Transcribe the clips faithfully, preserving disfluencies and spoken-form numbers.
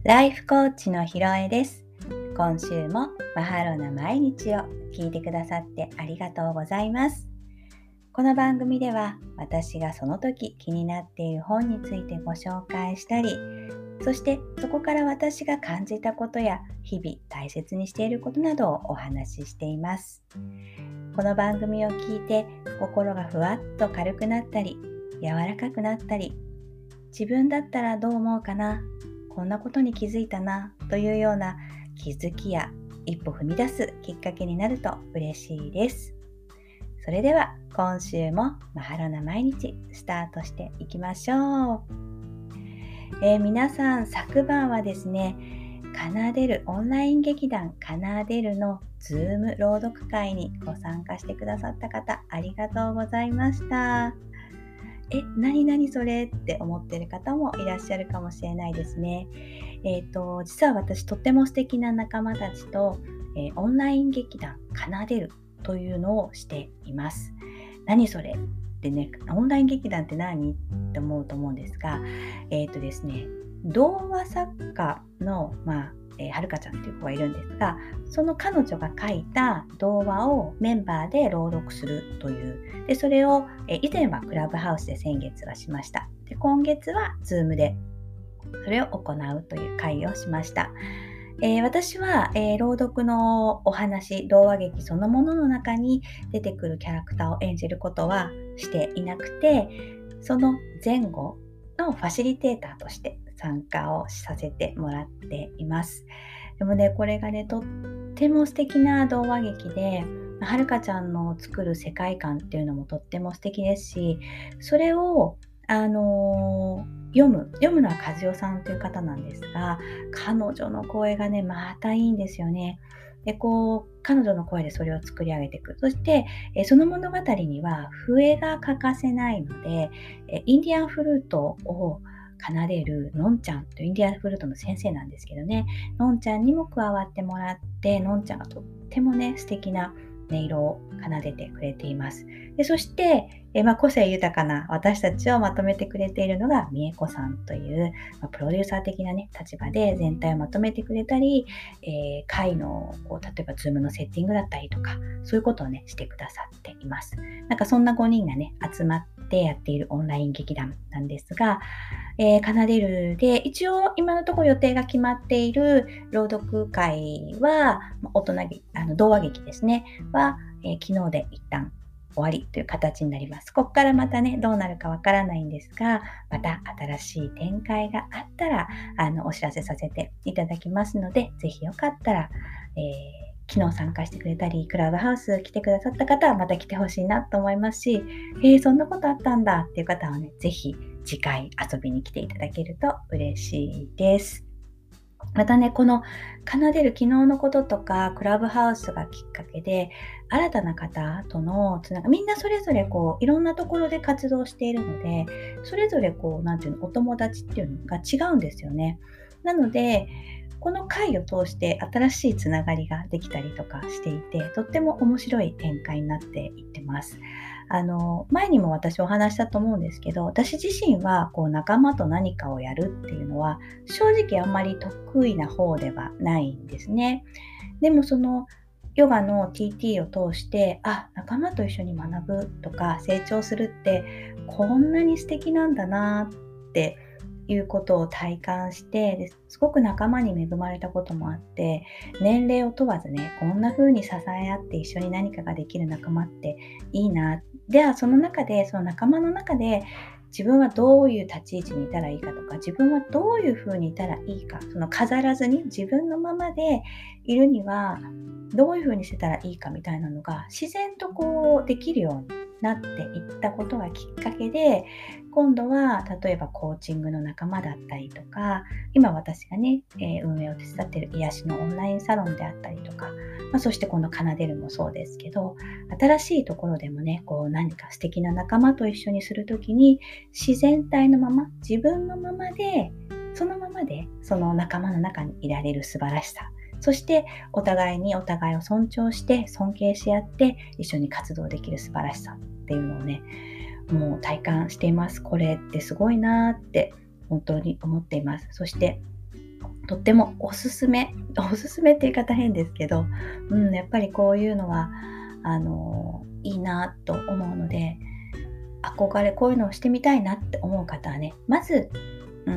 ライフコーチのひろえです。今週もマハロな毎日を聞いてくださってありがとうございます。この番組では私がその時気になっている本についてご紹介したり、そしてそこから私が感じたことや日々大切にしていることなどをお話ししています。この番組を聞いて心がふわっと軽くなったり、柔らかくなったり、自分だったらどう思うかな、こんなことに気づいたなというような気づきや一歩踏み出すきっかけになると嬉しいです。それでは今週もマハロな毎日スタートしていきましょう。えー、皆さん昨晩はですね、奏でるオンライン劇団奏でるのズーム朗読会にご参加してくださった方、ありがとうございました。え、何々それって思ってる方もいらっしゃるかもしれないですね。えっと、実は私とっても素敵な仲間たちと、えーオンライン劇団奏でるというのをしています。何それってね、オンライン劇団って何って思うと思うんですが、えっとですね、童話作家の、まあ、えーはるかちゃんっていう子がいるんですが、その彼女が書いた童話をメンバーで朗読するというで、それをえ以前はクラブハウスで先月はしました。で、今月はズームでそれを行うという会をしました。えー私は、えー朗読のお話、童話劇そのものの中に出てくるキャラクターを演じることはしていなくて、その前後のファシリテーターとして参加をさせてもらっています。でもね、これがね、とっても素敵な童話劇で、はるかちゃんの作る世界観っていうのもとっても素敵ですし、それを、あのー読む、読むのは和代さんという方なんですが、彼女の声がね、またいいんですよね。で、こう、彼女の声でそれを作り上げていく。そして、えーその物語には笛が欠かせないので、えーインディアンフルートを奏でるのんちゃんというインディアンフルートの先生なんですけどね、のんちゃんにも加わってもらって、のんちゃんがとってもね、素敵な音色を奏でてくれています。で、そして、えまあ、個性豊かな私たちをまとめてくれているのがみえこさんという、まあ、プロデューサー的なね、立場で全体をまとめてくれたり、えー、会のこう例えばズームのセッティングだったりとか、そういうことをね、してくださっています。なんかそんなごにんがね、集まってやっているオンライン劇団なんですが、えー、奏でるで、一応今のところ予定が決まっている朗読会は、まあ大人劇、あの童話劇ですね、は、えー昨日で一旦終わりという形になります。ここからまたね、どうなるかわからないんですが、また新しい展開があったら、あの、お知らせさせていただきますので、ぜひよかったら、えー昨日参加してくれたり、クラブハウス来てくださった方はまた来てほしいなと思いますし、えー、そんなことあったんだっていう方はね、ぜひ次回遊びに来ていただけると嬉しいです。またね、この奏でる昨日のこととか、クラブハウスがきっかけで、新たな方とのつながり、みんなそれぞれこう、いろんなところで活動しているので、それぞれこう、なんていうの、お友達っていうのが違うんですよね。なので、この回を通して新しいつながりができたりとかしていて、とっても面白い展開になっていってます。あの、前にも私お話したと思うんですけど、私自身はこう仲間と何かをやるっていうのは、正直あんまり得意な方ではないんですね。でもそのヨガの ティーティー を通して、あ、仲間と一緒に学ぶとか成長するってこんなに素敵なんだなっていうことを体感して、ですごく仲間に恵まれたこともあって、年齢を問わずね、こんな風に支え合って一緒に何かができる仲間っていいな。ではその中で、その仲間の中で自分はどういう立ち位置にいたらいいかとか、自分はどういう風にいたらいいか、その飾らずに自分のままでいるにはどういう風にしてたらいいかみたいなのが自然とこうできるようになっていったことがきっかけで、今度は例えばコーチングの仲間だったりとか、今私がね、えー運営を手伝っている癒しのオンラインサロンであったりとか、まあ、そしてこの奏でるもそうですけど、新しいところでもね、こう何か素敵な仲間と一緒にするときに、自然体のまま、自分のままで、そのままでその仲間の中にいられる素晴らしさ、そしてお互いにお互いを尊重して尊敬し合って一緒に活動できる素晴らしさっていうのをね、もう体感しています。これってすごいなーって本当に思っています。そしてとってもおすすめおすすめって言い方変ですけど、うん、やっぱりこういうのはあのいいなと思うので、憧れこういうのをしてみたいなって思う方はね、まず、うん、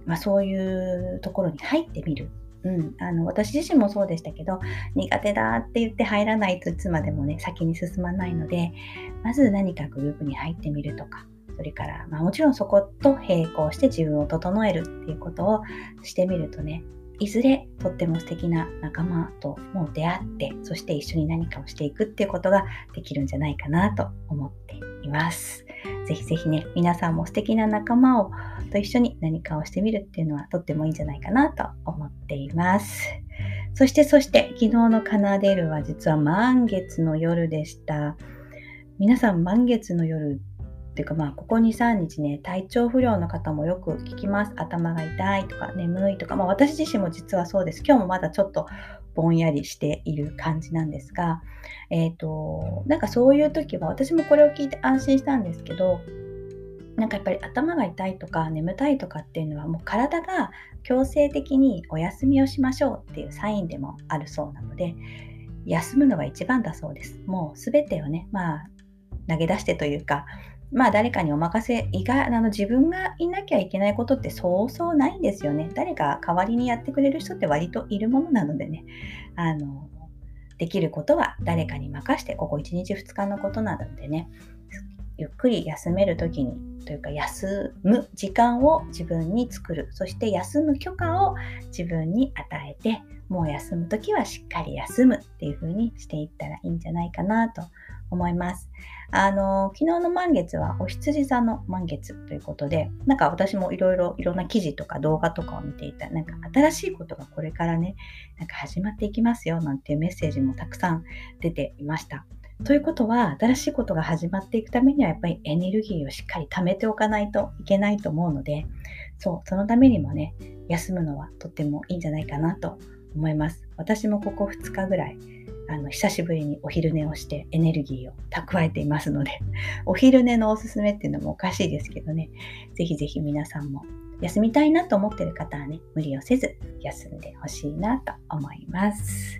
まあ、そういうところに入ってみる。うん、あの私自身もそうでしたけど、苦手だって言って入らないといつまでもね先に進まないので、まず何かグループに入ってみるとか、それから、まあ、もちろんそこと並行して自分を整えるっていうことをしてみるとね、いずれとっても素敵な仲間とも出会って、そして一緒に何かをしていくっていうことができるんじゃないかなと思っています。ぜひぜひね、皆さんも素敵な仲間をと一緒に何かをしてみるっていうのはとってもいいんじゃないかなと思っています。そしてそして昨日のカナデルは実は満月の夜でした。皆さん満月の夜っていうか、まあここに、さんにちね、体調不良の方もよく聞きます。頭が痛いとか眠いとか、まあ私自身も実はそうです。今日もまだちょっとぼんやりしている感じなんですが、えっと、なんかそういう時は私もこれを聞いて安心したんですけど、なんかやっぱり頭が痛いとか眠たいとかっていうのはもう体が強制的にお休みをしましょうっていうサインでもあるそうなので、休むのが一番だそうです。もうすべてをね、まあ投げ出してというか、まあ誰かにお任せ、意外あの自分がいなきゃいけないことってそうそうないんですよね。誰か代わりにやってくれる人って割といるものなのでね、あのできることは誰かに任して、ここいちにちふつかのことなのでね、ゆっくり休めるときにというか、休む時間を自分に作る、そして休む許可を自分に与えて、もう休むときはしっかり休むっていう風にしていったらいいんじゃないかなと思います。あの昨日の満月はお羊座の満月ということで、なんか私もいろいろいろんな記事とか動画とかを見ていた、なんか新しいことがこれからね、なんか始まっていきますよなんていうメッセージもたくさん出ていました。ということは、新しいことが始まっていくためにはやっぱりエネルギーをしっかり貯めておかないといけないと思うので、そう、そのためにもね、休むのはとってもいいんじゃないかなと思います。私もここふつかぐらい、あの久しぶりにお昼寝をしてエネルギーを蓄えていますので、お昼寝のおすすめっていうのもおかしいですけどね、ぜひぜひ皆さんも休みたいなと思っている方はね、無理をせず休んでほしいなと思います。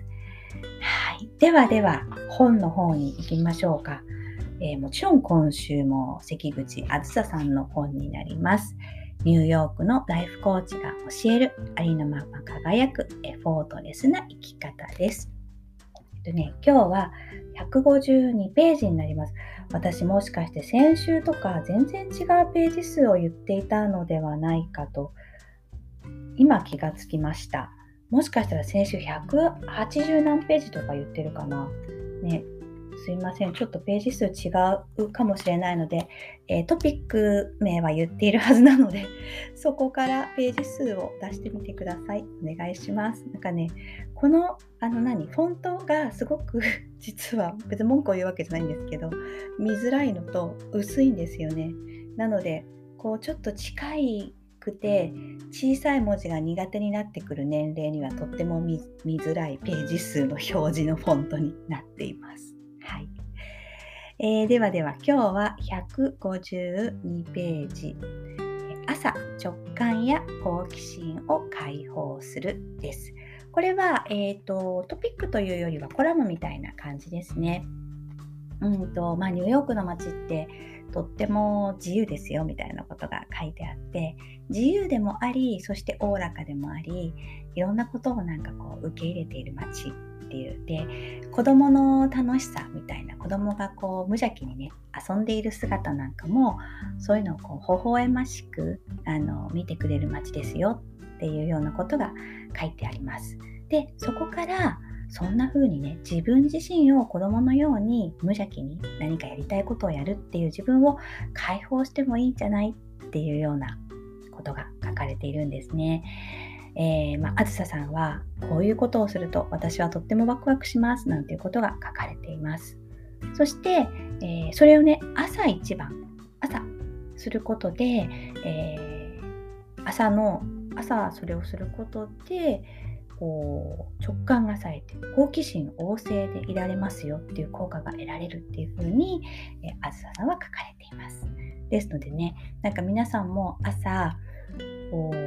はい、ではでは本の方に行きましょうか。えー、もちろん今週も関口あずささんの本になります。ニューヨークのライフコーチが教えるありのまま輝くエフォートレスな生き方です。でね、今日はひゃくごじゅうにページになります。私もしかして先週とか全然違うページ数を言っていたのではないかと今気がつきました。もしかしたら先週ひゃくはちじゅう何ページとか言ってるかな。ね、すいません。ちょっとページ数違うかもしれないので、えー、トピック名は言っているはずなので、そこからページ数を出してみてください。お願いします。なんかね、この、あの何、フォントがすごく実は別に文句を言うわけじゃないんですけど、見づらいのと薄いんですよね。なので、こうちょっと近いくて小さい文字が苦手になってくる年齢にはとっても 見, 見づらいページ数の表示のフォントになっています。はい。えー、ではでは今日はひゃくごじゅうにページ、朝直感や好奇心を解放するです。これは、えーと、トピックというよりはコラムみたいな感じですね。うんとまあ、ニューヨークの街ってとっても自由ですよみたいなことが書いてあって、自由でもあり、そしておおらかでもあり、いろんなことをなんかこう受け入れている街っていうで、子供の楽しさみたいな、子供がこう無邪気にね遊んでいる姿なんかも、そういうのをこう微笑ましくあの見てくれる街ですよっていうようなことが書いてあります。で、そこからそんな風にね、自分自身を子供のように無邪気に何かやりたいことをやるっていう自分を解放してもいいんじゃないっていうようなことが書かれているんですね。えー、まあ、あずささんはこういうことをすると私はとってもワクワクしますなんていうことが書かれています。そして、えー、それをね、朝一番、朝することで、えー、朝の、朝それをすることで、こう直感が冴えて好奇心旺盛でいられますよっていう効果が得られるっていうふうに、えー、あずささんは書かれています。ですのでね、なんか皆さんも朝こう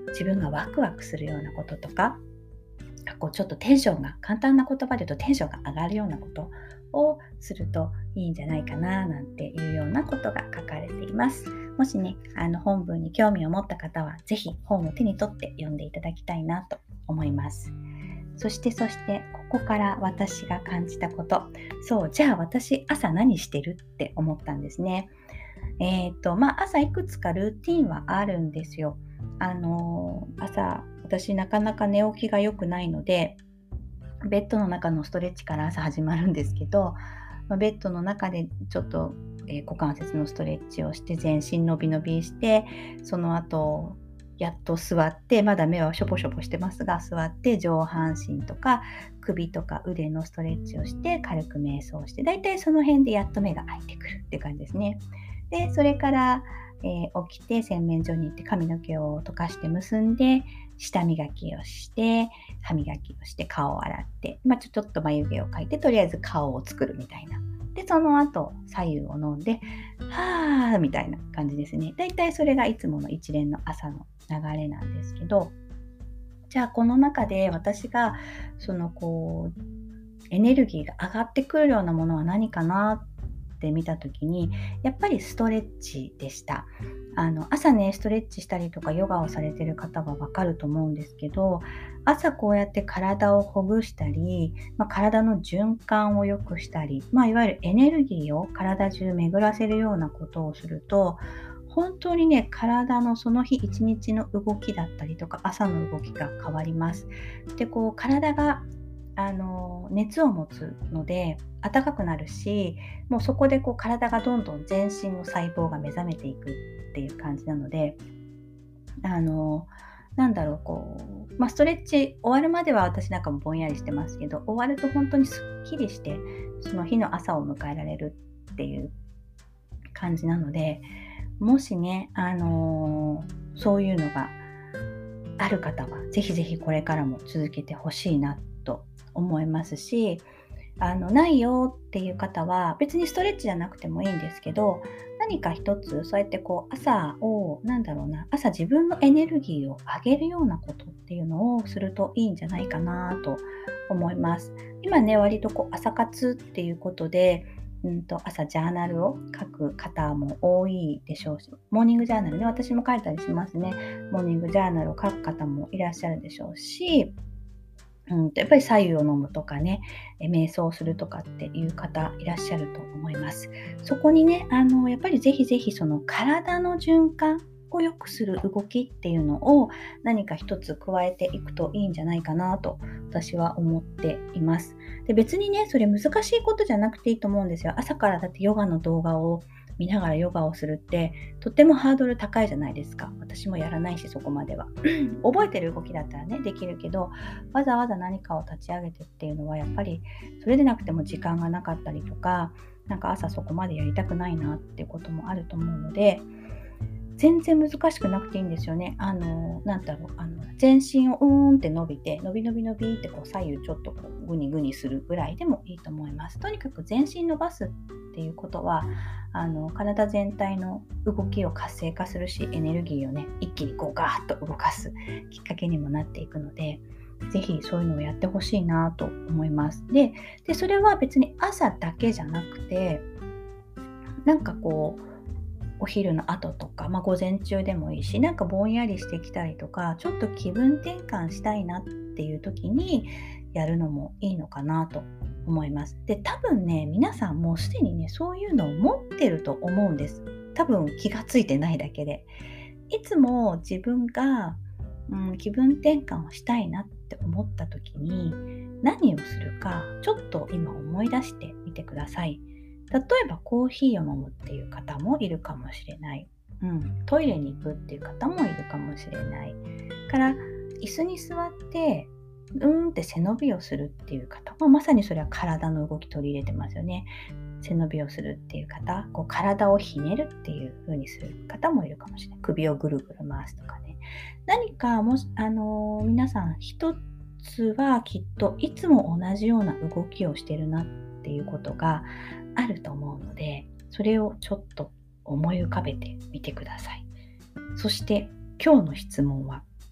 自分がワクワクするようなこととか、こうちょっとテンションが、簡単な言葉で言うとテンションが上がるようなことをするといいんじゃないかななんていうようなことが書かれています。もしね、あの本文に興味を持った方はぜひ本を手に取って読んでいただきたいなと思います。そしてそしてここから私が感じたこと、そうじゃあ私朝何してるって思ったんですね。えーとまあ、朝いくつかルーティンはあるんですよ。あのー、朝私なかなか寝起きが良くないので、ベッドの中のストレッチから朝始まるんですけど、まあ、ベッドの中でちょっと、えー、股関節のストレッチをして全身伸び伸びして、その後やっと座って、まだ目はしょぼしょぼしてますが座って上半身とか首とか腕のストレッチをして軽く瞑想して、だいたいその辺でやっと目が開いてくるって感じですね。でそれから、えー、起きて洗面所に行って髪の毛を溶かして結んで舌磨きをして歯磨きをして顔を洗って、まあ、ちょ、ちょっと眉毛を描いてとりあえず顔を作るみたいな。でその後白湯を飲んではーみたいな感じですね。だいたいそれがいつもの一連の朝の流れなんですけど、じゃあこの中で私がそのこうエネルギーが上がってくるようなものは何かなって見た時に、やっぱりストレッチでした。あの朝ねストレッチしたりとかヨガをされてる方はわかると思うんですけど、朝こうやって体をほぐしたり、まあ、体の循環を良くしたり、まあ、いわゆるエネルギーを体中巡らせるようなことをすると、本当にね体のその日一日の動きだったりとか朝の動きが変わります。でこう体があの熱を持つので暖かくなるし、もうそこでこう体がどんどん全身の細胞が目覚めていくっていう感じなので、あのなんだろうこう、まあ、ストレッチ終わるまでは私なんかもぼんやりしてますけど、終わると本当にすっきりしてその日の朝を迎えられるっていう感じなので、もしね、あのー、そういうのがある方はぜひぜひこれからも続けてほしいなと思いますし、あのないよっていう方は別にストレッチじゃなくてもいいんですけど、何か一つそうやってこう朝をなんだろうな朝自分のエネルギーを上げるようなことっていうのをするといいんじゃないかなと思います。今ね割とこう朝活っていうことでうんと朝ジャーナルを書く方も多いでしょうし、モーニングジャーナルね、私も書いたりしますね。モーニングジャーナルを書く方もいらっしゃるでしょうし、うんとやっぱり白湯を飲むとかね、瞑想するとかっていう方いらっしゃると思います。そこにね、あのやっぱりぜひぜひその体の循環を良くする動きっていうのを何か一つ加えていくといいんじゃないかなと私は思っています。で別にねそれ難しいことじゃなくていいと思うんですよ。朝からだってヨガの動画を見ながらヨガをするってとってもハードル高いじゃないですか。私もやらないしそこまでは覚えてる動きだったらねできるけど、わざわざ何かを立ち上げてっていうのはやっぱりそれでなくても時間がなかったりとか、なんか朝そこまでやりたくないなっていうこともあると思うので、全然難しくなくていいんですよね。あの、なんだろう、あの全身をうーんって伸びて、伸び伸び伸びってこう左右ちょっとこうグニグニするぐらいでもいいと思います。とにかく全身伸ばすっていうことは、あの体全体の動きを活性化するし、エネルギーをね、一気にこうガーッと動かすきっかけにもなっていくので、ぜひそういうのをやってほしいなと思います。で、で、それは別に朝だけじゃなくて、なんかこう、お昼の後とか、まあ、午前中でもいいし、なんかぼんやりしてきたりとか、ちょっと気分転換したいなっていう時にやるのもいいのかなと思います。で、多分ね、皆さんもうすでにね、そういうのを持ってると思うんです。多分気がついてないだけで。いつも自分が、うん、気分転換をしたいなって思った時に何をするか、ちょっと今思い出してみてください。例えばコーヒーを飲むっていう方もいるかもしれない、うん、トイレに行くっていう方もいるかもしれないから椅子に座ってうーんって背伸びをするっていう方、まあ、まさにそれは体の動き取り入れてますよね。背伸びをするっていう方、こう体をひねるっていう風にする方もいるかもしれない。首をぐるぐる回すとかね。何かもし、あのー、皆さん一つはきっといつも同じような動きをしてるなっていうことがあると思うので、それをちょっと思い浮かべてみてください。そして今日の質問は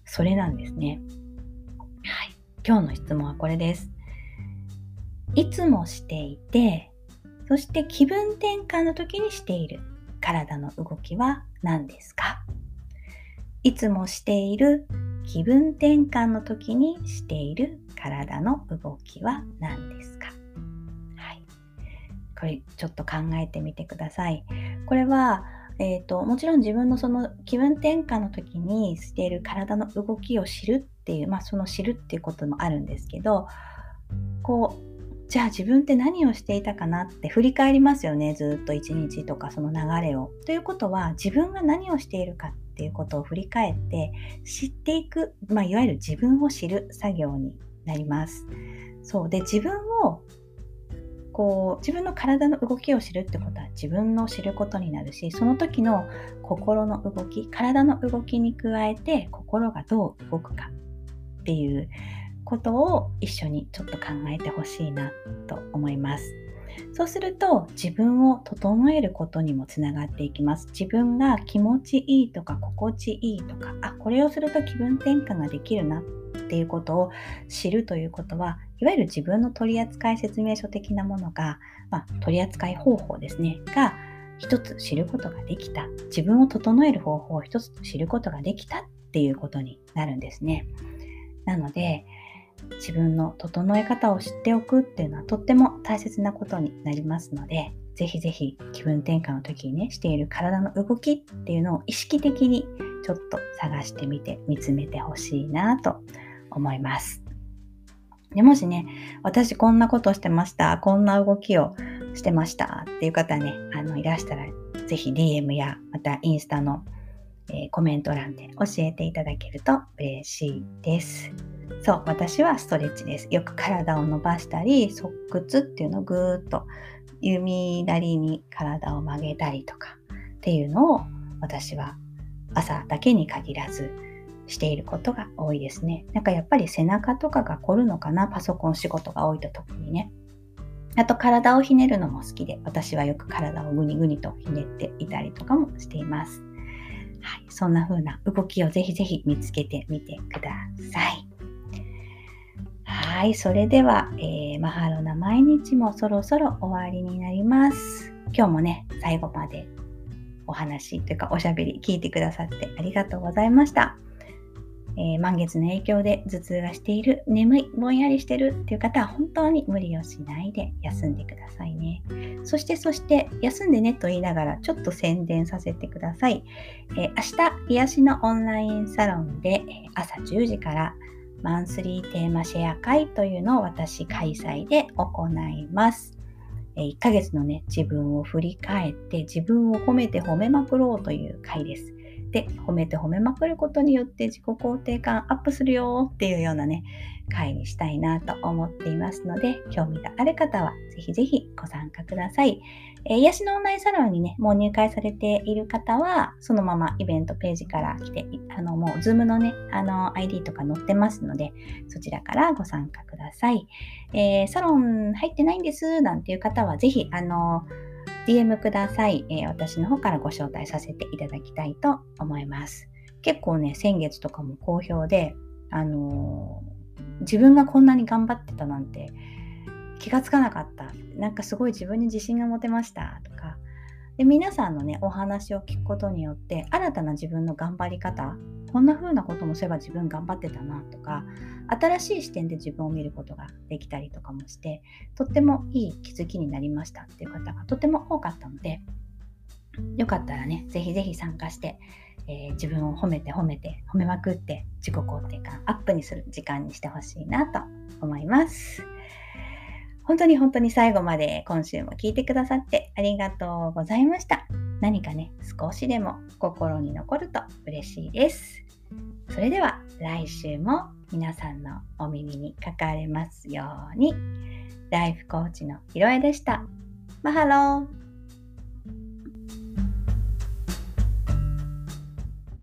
それなんですね。はい、今日の質問はこれです。いつもしていて、そして気分転換の時にしている体の動きは何ですか？いつもしている気分転換の時にしている体の動きは何ですか？はい、これちょっと考えてみてください。これは、えーと、もちろん自分のその気分転換の時にしている体の動きを知るっていう、まあその知るっていうこともあるんですけど、こうじゃあ自分って何をしていたかなって振り返りますよね。ずっと一日とかその流れを。ということは自分が何をしているかっていうことを振り返って知っていく、まあ、いわゆる自分を知る作業になります。そうで、自分をこう自分の体の動きを知るってことは自分の知ることになるし、その時の心の動き、体の動きに加えて心がどう動くかっていうことを一緒にちょっと考えてほしいなと思います。そうすると自分を整えることにもつながっていきます。自分が気持ちいいとか心地いいとか、あ、これをすると気分転換ができるなっていうことを知るということは、いわゆる自分の取扱説明書的なものが、まあ、取扱方法ですねが一つ知ることができた、自分を整える方法を一つ知ることができたっていうことになるんですね。なので自分の整え方を知っておくっていうのはとっても大切なことになりますので、ぜひぜひ気分転換の時にねしている体の動きっていうのを意識的にちょっと探してみて見つめてほしいなと思います。でもしね、私こんなことしてました、こんな動きをしてましたっていう方ね、あのいらしたらぜひ ディーエム やまたインスタの、えー、コメント欄で教えていただけると嬉しいです。そう、私はストレッチです。よく体を伸ばしたり、側屈っていうのをぐーっと弓なりに体を曲げたりとかっていうのを私は朝だけに限らずしていることが多いですね。なんかやっぱり背中とかが凝るのかな、パソコン仕事が多いと特にね。あと体をひねるのも好きで、私はよく体をぐにぐにとひねっていたりとかもしています。はい、そんな風な動きをぜひぜひ見つけてみてください。はい、それでは、えー、マハロな毎日もそろそろ終わりになります。今日もね、最後までお話というかおしゃべり聞いてくださってありがとうございました。えー、満月の影響で頭痛がしている、眠い、ぼんやりしてるっていう方は本当に無理をしないで休んでくださいね。そしてそして休んでねと言いながらちょっと宣伝させてください。えー、明日癒しのオンラインサロンで朝じゅうじからマンスリーテーマシェア会というのを私開催で行います。いっかげつのね、自分を振り返って自分を褒めて褒めまくろうという会です。で、褒めて褒めまくることによって自己肯定感アップするよっていうようなね、会にしたいなと思っていますので、興味がある方はぜひぜひご参加ください。えー、癒しのオンラインサロンにね、もう入会されている方は、そのままイベントページから来て、あの、もう Zoom のね、あの、アイディー とか載ってますので、そちらからご参加ください。えー、サロン入ってないんです、なんていう方は、ぜひ、あの、ディーエム ください、えー。私の方からご招待させていただきたいと思います。結構ね、先月とかも好評で、あのー、自分がこんなに頑張ってたなんて気がつかなかった。なんかすごい自分に自信が持てましたとか。で、皆さんのね、お話を聞くことによって、新たな自分の頑張り方、こんな風なこともすれば自分頑張ってたなとか、新しい視点で自分を見ることができたりとかもして、とってもいい気づきになりましたっていう方がとても多かったので、よかったらね、ぜひぜひ参加して、えー、自分を褒めて褒めて褒めまくって自己肯定感アップにする時間にしてほしいなと思います。本当に本当に最後まで今週も聞いてくださってありがとうございました。何かね、少しでも心に残ると嬉しいです。それでは来週も皆さんのお耳にかかれますように。ライフコーチのひろえでした。マハロー。